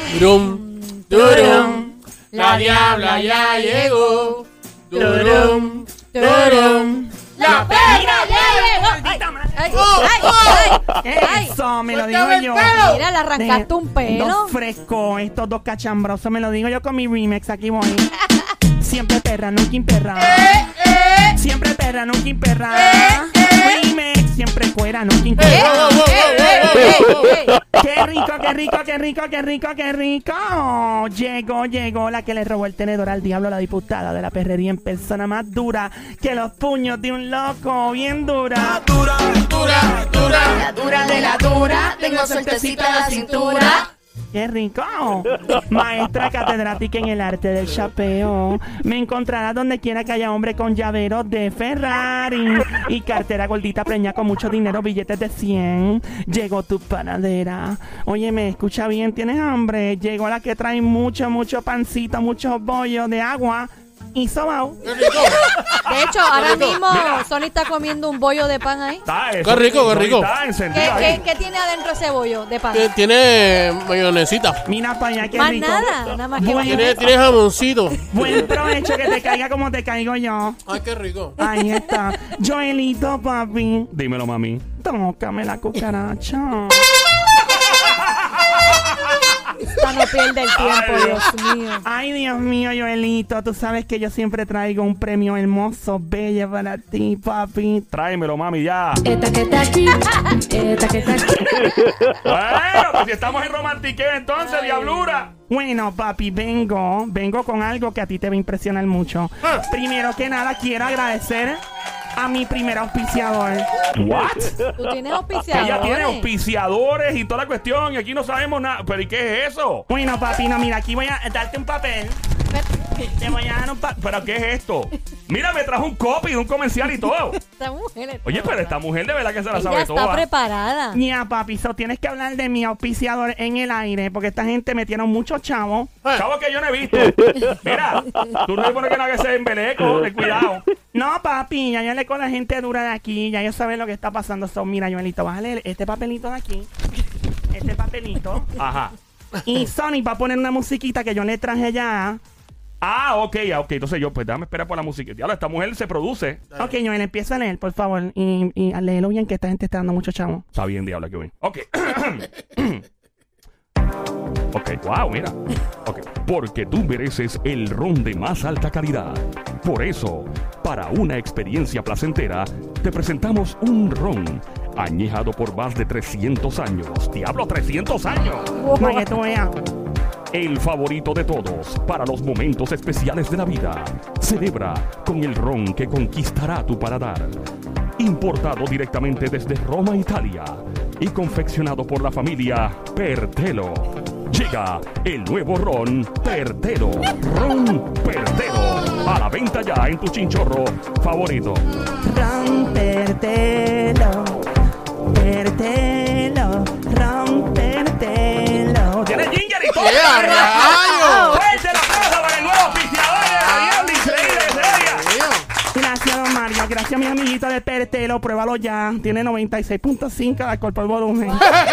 Durum, durum, la diabla ya llegó. Durum, durum, la perra ya llegó. Eso, me lo digo yo. Mira, le arrancaste un pelo. Dos frescos, estos dos cachambrosos, me lo digo yo con mi remix, aquí voy. Siempre perra, nunca imperra. Siempre perra, nunca imperra. Remix, siempre cuera, nunca imperra. Qué rico, qué rico, qué rico, qué rico, qué rico. Llegó la que le robó el tenedor al diablo, la diputada de la perrería en persona, más dura que los puños de un loco, bien dura. Dura, La dura de la dura, tengo suertecita en la cintura. ¡Qué rico! Maestra catedrática en el arte del chapeo. Me encontrarás donde quiera que haya hombre con llaveros de Ferrari y cartera gordita preñada con mucho dinero, billetes de 100. Llegó tu panadera. Oye, me escucha bien, ¿tienes hambre? Llegó la que trae mucho pancito, muchos bollos de agua y sobao. ¡Qué rico! De hecho, ahora mismo Sony está comiendo un bollo de pan ahí. Está Qué rico, qué rico. Está encendido ahí. ¿Qué tiene adentro ese bollo de pan? Tiene mayonesita. Mira para allá, qué Más rico. nada más que Bueno. Tiene jamoncito. Buen provecho, que te caiga como te caigo yo. Ay, qué rico. Ahí está. Joelito, papi. Dímelo, mami. Tócame la cucaracha. Esta no pierde el tiempo, Ay, Dios mío. Ay, Dios mío, Joelito. Tú sabes que yo siempre traigo un premio hermoso, bello para ti, papi. Tráemelo, mami, ya. Esta que está aquí, esta que está aquí. Bueno, pues si estamos en romantiqueo entonces, diablura. Bueno, papi, vengo con algo que a ti te va a impresionar mucho. Primero que nada, quiero agradecer a mi primer auspiciador. What? Tú tienes auspiciadores. Ella tiene auspiciadores y toda la cuestión y aquí no sabemos nada. ¿Pero y qué es eso? Bueno, papi, no, mira, aquí voy a darte un papel. Te voy a dar un papel. ¿Pero qué es esto? Mira, me trajo un copy de un comercial y todo. Esta mujer es Oye, pero esta mujer de verdad que se la ella sabe está toda. preparada. Ya, papi, tienes que hablar de mi auspiciador en el aire, porque esta gente metieron muchos chavos. Chavo que yo no he visto. Mira, tú no te pones que no hagas ese embeleco, ten cuidado. No, papi, ya yo le con la gente dura de aquí, ya ellos saben lo que está pasando. Mira, Joelito, vas a leer este papelito de aquí, este papelito, Ajá. y Sony va a poner una musiquita que yo le traje ya. Ok. Entonces yo, pues déjame esperar por la música. Diablo, esta mujer se produce. Ok, Joel, empieza a leer, por favor, y léelo bien, que esta gente está dando mucho chavo. Está bien, diablo, que bien. Ok. Ok, wow, mira. Ok. Porque tú mereces el ron de más alta calidad. Por eso, para una experiencia placentera, te presentamos un ron añejado por más de 300 años. Diablo, 300 años. No, que tú veas. El favorito de todos para los momentos especiales de la vida. Celebra con el ron que conquistará tu paladar. Importado directamente desde Roma, Italia. Y confeccionado por la familia Pertelo. Llega el nuevo ron Pertelo. Ron Pertelo. A la venta ya en tu chinchorro favorito. Ron Pertelo, Pertelo, Ron Pertelo. ¡Tiene ginger y todo! ¡Qué rayo! ¡Fuerte la aplauso para el nuevo oficiador de la diabla! ¡Increíble ese día! Gracias, don Mario. Gracias, mi amiguito de Pertelo. Pruébalo ya. Tiene 96.5 de alcohol por volumen.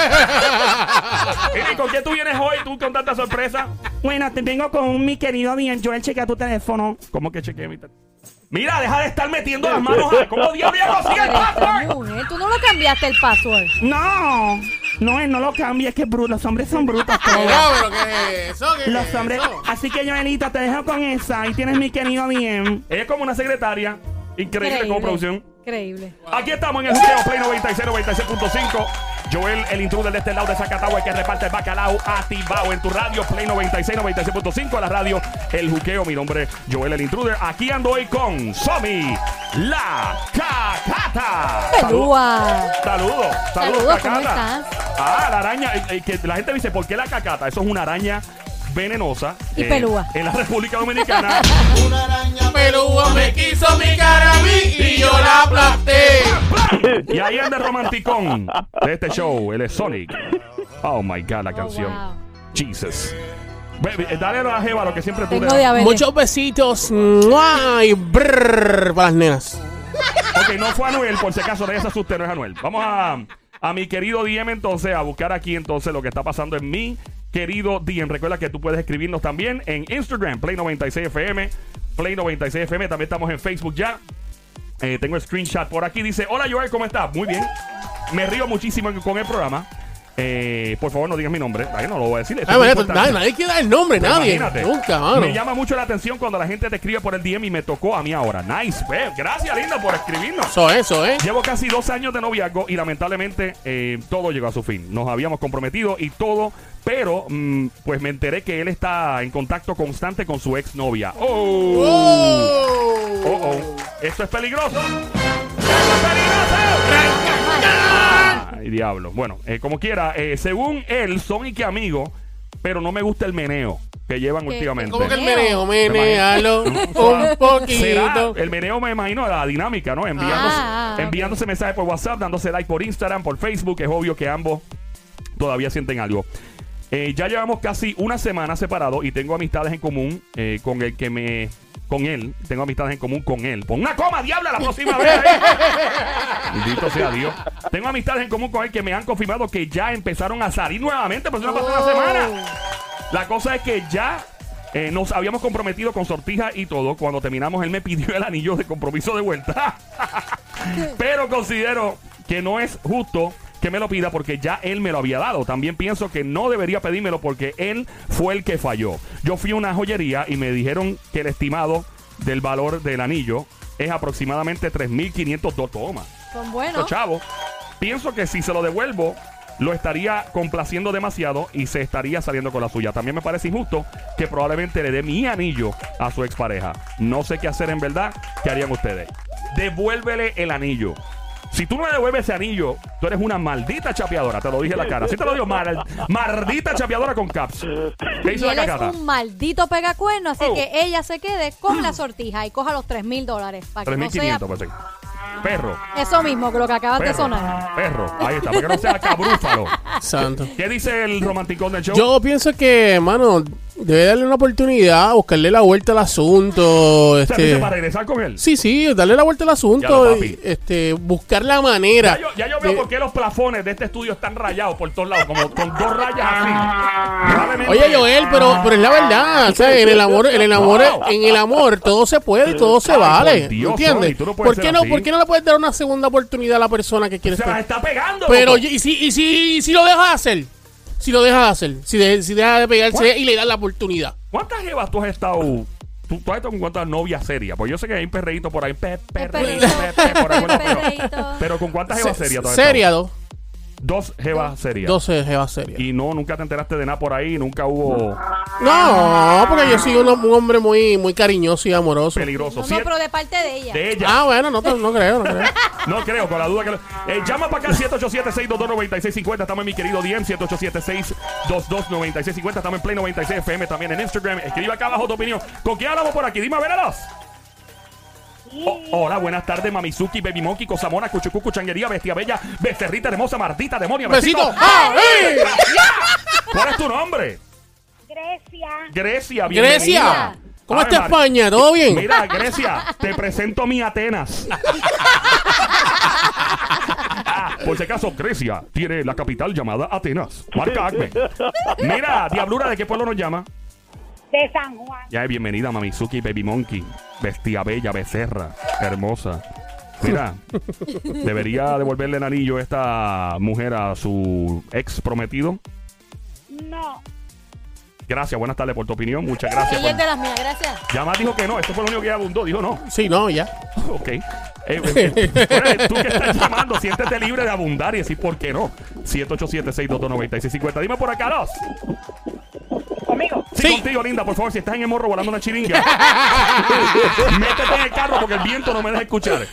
¿Y con qué tú vienes hoy, tú con tanta sorpresa? Bueno, te vengo con mi querido bien. Joel, chequea tu teléfono. ¿Cómo que chequeé mi Mira, deja de estar metiendo las manos a... ¿Cómo diablo ya consigue el Esta password? mujer, tú no lo cambiaste el password. No, él no lo cambia. Es que es bruto. Los hombres son brutos todos. ¿Pero qué es eso? ¿Qué Los es hombres. eso? Así que, Joelito, te dejo con esa. Ahí tienes mi querido bien. Ella es como una secretaria. Increíble como producción. Increíble. Aquí estamos en el Juqueo Play 96, 96.5. Joel, el intruder de este lado de Zacatau, el que reparte el bacalao activado en tu radio Play 96, 96.5. La radio El Juqueo. Mi nombre es Joel, el intruder. Aquí ando hoy con Somi, la Cacata. Pelúa. Saludos, Saludos, ¿cómo Cacata. estás? La araña. Que la gente dice, ¿por qué la Cacata? Eso es una araña venenosa. Y pelúa. En la República Dominicana. Una araña pelúa me quiso picar a mí y yo la aplasté. Y ahí anda el romanticón de este show, él es Sonic. Oh my God, la canción. Wow. Jesus. Baby, dale a la jeva lo que siempre tú le Tengo das. diabetes. Muchos besitos. ¡Mua! Y brrr para las nenas. Ok, no fue Anuel, por si acaso nadie se asuste, no es Anuel. Vamos a mi querido DM entonces, a buscar aquí entonces lo que está pasando en mi querido Dien. Recuerda que tú puedes escribirnos también en Instagram, Play96FM. Play96FM. También estamos en Facebook ya. Tengo el screenshot por aquí. Dice, hola Joel, ¿cómo estás? Muy bien. Me río muchísimo con el programa. Por favor, no digas mi nombre. Ay, no lo voy a decir. Nadie quiere dar el nombre, nadie. Imagínate. Nunca, mano. Me llama mucho la atención cuando la gente te escribe por el DM y me tocó a mí ahora. Nice. Gracias, linda, por escribirnos. Eso. Llevo casi 2 años de noviazgo y lamentablemente todo llegó a su fin. Nos habíamos comprometido y todo, pero pues me enteré que él está en contacto constante con su exnovia. Esto es peligroso. Ay, diablo. Bueno, como quiera, según él, son y que amigos, pero no me gusta el meneo que llevan últimamente. ¿Cómo que el meneo? Menealo un poquito. ¿Será? El meneo, me imagino, la dinámica, ¿no? Enviándose mensajes por WhatsApp, dándose like por Instagram, por Facebook. Es obvio que ambos todavía sienten algo. Ya llevamos casi una semana separados y tengo amistades en común con él. Tengo amistades en común con él. Pon una coma, diabla, la próxima vez. Bendito sea Dios. Tengo amistades en común con él que me han confirmado que ya empezaron a salir nuevamente. Pues no pasó una semana. La cosa es que ya nos habíamos comprometido con sortija y todo. Cuando terminamos, él me pidió el anillo de compromiso de vuelta. Pero considero que no es justo que me lo pida porque ya él me lo había dado. También pienso que no debería pedírmelo porque él fue el que falló. Yo fui a una joyería y me dijeron que el estimado del valor del anillo es aproximadamente $3,500. Toma. Son buenos. Chavo, pienso que si se lo devuelvo lo estaría complaciendo demasiado y se estaría saliendo con la suya. También me parece injusto que probablemente le dé mi anillo a su expareja. No sé qué hacer en verdad. ¿Qué harían ustedes? Devuélvele el anillo. Si tú no le devuelves ese anillo, tú eres una maldita chapeadora. Te lo dije en la cara. Así te lo digo, maldita chapeadora con caps. ¿Qué hizo y la él cacata? es un maldito pegacuerno, así que ella se quede con la sortija y coja los $3,000 para que no sea... 3,500, pues sí. Perro. Eso mismo, que lo que acabas de sonar. Perro. Ahí está, para que no sea cabrúfalo. Santo. ¿Qué dice el romanticón del show? Yo pienso que, hermano, debe darle una oportunidad, buscarle la vuelta al asunto. O sea, ¿dice para regresar con él? Sí, darle la vuelta al asunto. Buscar la manera. Ya yo veo por qué los plafones de este estudio están rayados por todos lados, como con 2 rayas así. Oye, Joel, pero es la verdad. O sea, en el amor todo se puede y todo se vale. Dios, ¿entiendes? no ¿Por qué no le puedes dar una segunda oportunidad a la persona que quiere Se las estar? está pegando. Pero, ¿y si lo dejas hacer? Si lo dejas hacer, si deja de pegarse y le das la oportunidad. ¿Cuántas jevas tú has estado? ¿Tú has estado con cuántas novias serias? Pues yo sé que hay un perreíto por ahí. Perreíto. Pero ¿con cuántas jevas serias tú has Seria, estado? 2 jevas serias. 12 jevas serias. Y nunca te enteraste de nada por ahí, nunca hubo... No, porque yo soy un hombre muy cariñoso y amoroso. Peligroso. No, pero de parte de ella. De ella. Ah, bueno, no creo. No creo, con la duda que... llama para acá al 787-622-9650. Estamos en mi querido DM, 787-622-9650. Estamos en Play 96 FM, también en Instagram. Escribe acá abajo tu opinión. ¿Con quién hablamos por aquí? Dime a ver a los... hola, buenas tardes, Mamizuki, Baby Monkey, Cosamona, Cuchucucu, Changuería, Bestia Bella, Becerrita Hermosa, Martita, Demonia, Besito. ¿Cuál es tu nombre? Grecia, bienvenida. Grecia, ¿cómo Ave está María. España? ¿Todo bien? Mira, Grecia, te presento mi Atenas. Por si acaso, Grecia tiene la capital llamada Atenas. Marca Acme. Mira, Diablura, ¿de qué pueblo nos llama? De San Juan. Ya, bienvenida, Mamizuki, Baby Monkey, Bestia Bella, Becerra, hermosa. Mira, ¿debería devolverle el anillo esta mujer a su ex prometido? No. Gracias, buenas tardes por tu opinión. Muchas gracias. Ella es de las mías, gracias. Ya más dijo que no. Esto fue lo único que ella abundó. Dijo no. Sí, no, ya. Ok. Tú que estás llamando, siéntete libre de abundar y decir por qué no. 787-622-9650. Dime por acá, los. ¿Conmigo? Sí, contigo, linda. Por favor, si estás en el morro volando una chiringa, métete en el carro porque el viento no me deja escuchar.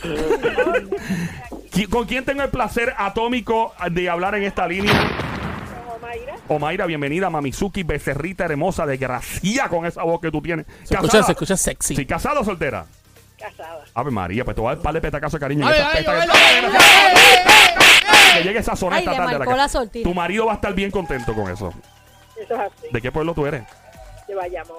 ¿Con quién tengo el placer atómico de hablar en esta línea? Omaira, bienvenida, Mamizuki, Becerrita hermosa, desgracia con esa voz que tú tienes. Se escucha sexy. ¿Sí, casada o soltera? Casada. Ave María, pues te voy a dar un par de petacazos de cariño. Ay, en esa ay, pesta ay, que llegue esa zona Ay, esta le tarde. marcó la sortija. Tu marido va a estar bien contento con eso. Eso es así. ¿De qué pueblo tú eres? De Bayamón.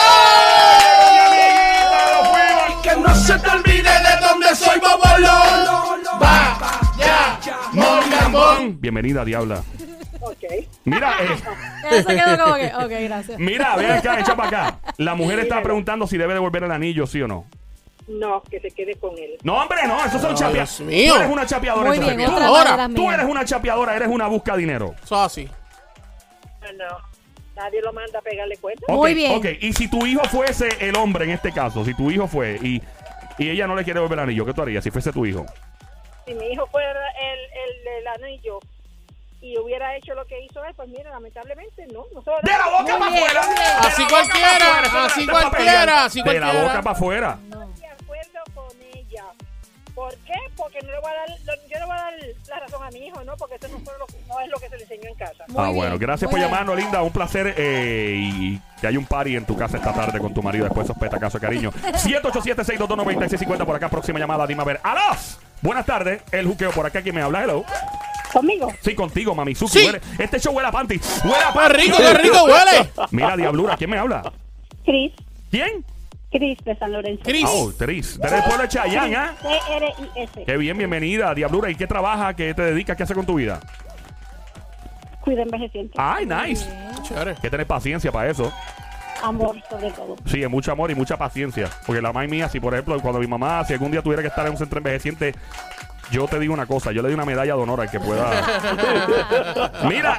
Que no se te olvide de dónde soy, Bobolón. Va, ya, Bienvenida, diabla. Ok. Mira, Eso quedó como que, ok, gracias. mira, ven acá, echa para acá. La mujer está preguntando si debe devolver el anillo, ¿sí o no? No, que se quede con él. No, hombre, no, esos son chapeadores. Dios mío. Tú eres una chapeadora. Muy entonces. bien, otra Ahora, manera Tú mía. eres una chapeadora, eres una busca dinero. Eso es así. No, nadie lo manda a pegarle cuenta. Ok, Muy bien. Ok, y si tu hijo fuese el hombre en este caso, si tu hijo fue y ella no le quiere devolver el anillo, ¿qué tú harías si fuese tu hijo? Si mi hijo fuera el anillo y hubiera hecho lo que hizo él, pues mira, lamentablemente no. No se lo ¡De la boca para afuera! De Así la boca cualquiera, pa' afuera, eso así no está cualquiera, peleando. así De la cualquiera. boca para afuera. de acuerdo con ella. ¿Por qué? Porque no le voy a dar, yo le voy a dar la razón a mi hijo, ¿no? Porque eso no, no es lo que se le enseñó en casa. Muy bien, Bueno, gracias muy por bien. llamarnos, linda. Un placer. Y que hay un party en tu casa esta tarde con tu marido. Después sospeta caso de cariño. 787-622-9650 por acá. Próxima llamada. Dime a ver. ¡Alas! Buenas tardes. El juqueo por acá. ¿Quién me habla? Hello. ¿Conmigo? Sí, contigo, Mamizuki. Sí. Huele- Este show huele a panty. Huele a ¡Qué panty. rico huele! Mira, diablura. ¿Quién me habla? Cris ¿Quién? de San Lorenzo. Cris. Oh, Tris. Desde el pueblo de Chayán, ¿ah? C-R-I-S. Qué bien, bienvenida, diablura. ¿Y qué trabaja? ¿Qué te dedicas? ¿Qué haces con tu vida? Cuida envejeciente. Ay, nice. Chévere. Que tener paciencia para eso. Amor, sobre todo. Sí, es mucho amor y mucha paciencia. Porque la mamá mía, si por ejemplo, cuando mi mamá, si algún día tuviera que estar en un centro envejeciente, yo te digo una cosa, yo le doy una medalla de honor al que pueda. Mira,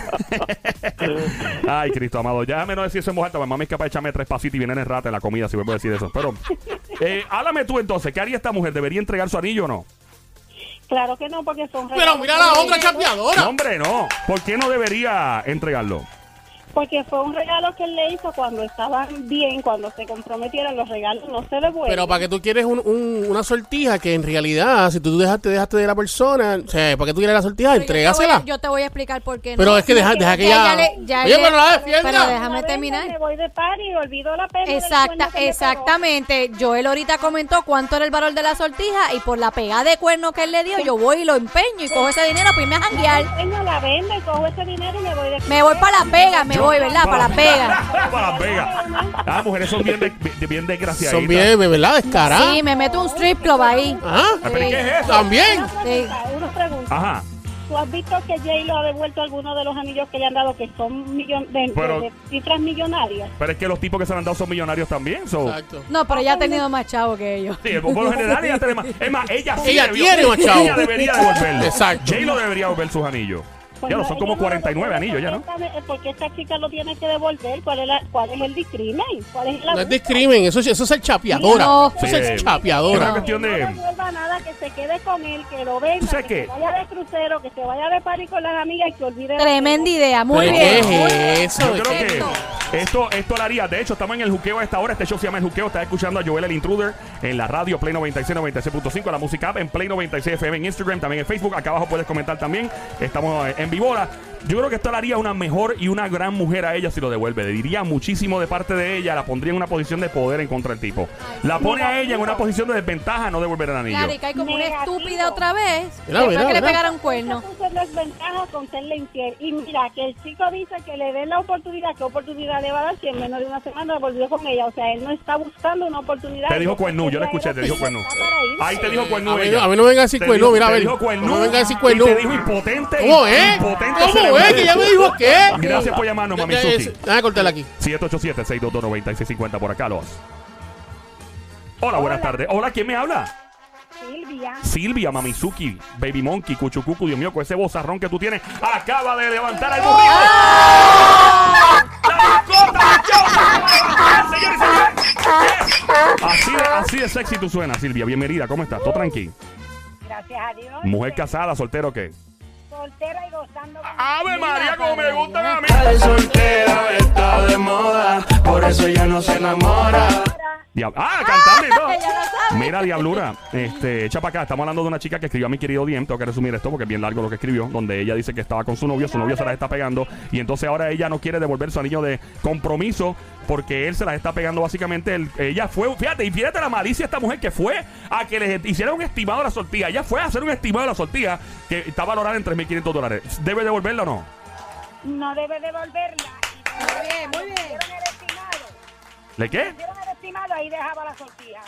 ay, Cristo amado, ya menos decir eso en voz alta, mi mamá es capaz de echarme 3 pasitos y viene en el rata en la comida, si vuelvo a decir eso. Pero, háblame tú entonces, ¿qué haría esta mujer? ¿Debería entregar su anillo o no? Claro que no, porque son Pero mira la otra chapeadora. No, hombre, no. ¿Por qué no debería entregarlo? Porque fue un regalo que él le hizo cuando estaban bien, cuando se comprometieron. Los regalos no se devuelven. Pero para que tú quieres una sortija que en realidad, si tú dejaste de la persona, o sea, ¿para qué tú quieres la sortija? Pero Entrégasela. Yo te voy a explicar por qué no. Pero es que deja que ya. Oye, pero no la defienda. Pero déjame Una vez terminar. Me voy de par y olvido la pena. del cuerno que me pegó. Exactamente. Joel ahorita comentó cuánto era el valor de la sortija y por la pegada de cuerno que él le dio, yo voy y lo empeño y cojo ese dinero para irme a janguear. Empeño, la vendo y cojo ese dinero y me voy de Me voy para Las Vegas, me voy, ¿verdad? Para Las Vegas. Para Las Vegas. Las mujeres son bien desgraciaditas. Son bien, ¿verdad? Descaradas. Sí, me meto un strip club ahí. ¿Ah? ¿Pero qué es eso? También. Sí. Una pregunta. Ajá. ¿Tú has visto que J-Lo ha devuelto algunos de los anillos que le han dado que son Pero- de cifras millonarias? Pero es que los tipos que se le han dado son millonarios también. So. Exacto. No, pero ella ha tenido más chavo que ellos. Sí, por lo general ella tiene más. Es más, ella sí Ella debió- tiene más chavo. Ella debería devolverlo. Exacto. J-Lo debería devolver sus anillos. Pues Ya no, lo son ella como no 49 devuelve, anillos ya, ¿no? Porque esta chica lo tiene que devolver. ¿Cuál es el discrimen? ¿Cuál es el No es abuso? discrimen, eso es ser chapeadora. No. Eso es ser Sí. chapeadora. Es una cuestión No de. devuelva nada, que se quede con él, que lo venda, ¿Tú sabes que qué? se vaya de crucero, que se vaya de party con las amigas y que olvide... Tremenda idea, muy ¿Pero bien. qué es eso? Yo creo Eso. que esto lo haría. De hecho, estamos en el juqueo a esta hora. Este show se llama El Juqueo. Estás escuchando a Joel el Intruder en la radio Play 96, 96.5. La música app en Play 96 FM en Instagram, también en Facebook. Acá abajo puedes comentar también. Estamos en vivo ahora. Yo creo que esto le haría una mejor y una gran mujer a ella si lo devuelve. Le diría muchísimo de parte de ella. La pondría en una posición de poder en contra del tipo. La pone a ella en una posición de desventaja no devolver el anillo. Claro, y cae como una Negativo. estúpida otra vez. Mira, Después mira, que le mira. pegaron cuerno. Puso desventaja con serle infiel. Y mira, que el chico dice que le den la oportunidad. ¿Qué oportunidad le va a dar si en menos de una semana volvió con ella? O sea, él no está buscando una oportunidad. Te dijo cuernú, yo le escuché, te dijo cuernú. Ahí te dijo cuernú ella. A mí no me venga a decir Te cuernú, dijo- mira, a te ver. dijo cuernú. No me venga a decir Y cuernú. te dijo impotente. ¿Cómo es? Impotente ¿Cómo se le es? fue. Que ya me dijo qué. Gracias por llamarnos, Mamizuki. Déjame cortarla aquí. 787-622-9650 por acá, los. Hola, buenas tardes. Hola, ¿quién me habla? Silvia. Silvia, Mamizuki, Baby Monkey, Cuchucucu, Dios mío, con ese bozarrón que tú tienes, acaba de levantar al burrito. ¡La mascota del show! Señores y señores. Así de sexy tú suenas, Silvia. Bienvenida, ¿cómo estás? ¿Todo tranquilo? Gracias a Dios. Mujer casada, soltero, ¿qué? Soltera y gozando. ¡Ave María, como me gustan a mí! El soltera está de moda, por eso ya no se enamora. Cantando y todo. Ella lo sabe. Mira, diablura, echa para acá. Estamos hablando de una chica que escribió a mi querido Diem. Tengo que resumir esto porque es bien largo lo que escribió. Donde ella dice que estaba con su novio se la está pegando. Y entonces ahora ella no quiere devolver su anillo de compromiso porque él se las está pegando básicamente. Ella fue, fíjate la malicia de esta mujer que fue a que les hiciera un estimado de la sortija. Ella fue a hacer un estimado de la sortija que está valorada en $3,500. ¿Debe devolverla o no? No debe devolverla. Muy bien, muy bien. Dieron el estimado. ¿Le qué? Dieron el estimado, ahí dejaba la sortija.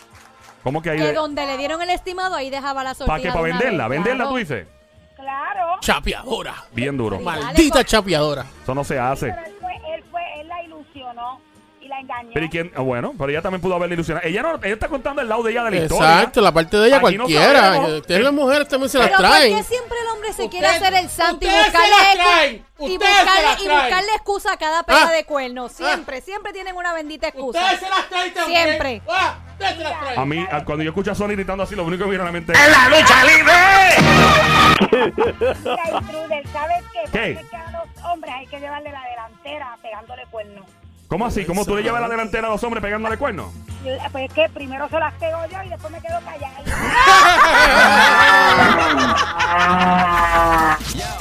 ¿Cómo que ahí? Que donde le dieron el estimado, ahí dejaba la sortija. ¿Para qué? ¿Para de una venderla? vez, ¿Venderla claro. tú dices? Claro. Chapeadora. Bien duro. Maldita chapeadora. Eso no se hace. Él la ilusionó y la engañó. Pero ¿y quién? Bueno, pero ella también pudo haberle ilusionado. Ella está contando el lado de ella de la historia. Exacto, la parte de ella Aquí no cualquiera. sabemos. Ustedes las mujeres también se las Pero traen. ¿por qué siempre el hombre se quiere Ustedes- hacer el santo y ustedes se buscarle, las traen. y Ustedes se las traen. buscarle excusa a cada pega Ah. de cuernos? Siempre tienen una bendita excusa. Ustedes se las traen también. Siempre. Ustedes se las traen. A mí, cuando yo escucho a Sony gritando así, lo único que me viene a la mente ¡En la lucha libre! Mira, Intruder, ¿sabes qué? ¿Qué? Porque a los hombres hay que llevarle la delantera pegándole cuernos. ¿Cómo así? ¿Cómo tú le llevas la delantera a los hombres pegándole cuernos? Pues es que primero se las pego yo y después me quedo callada.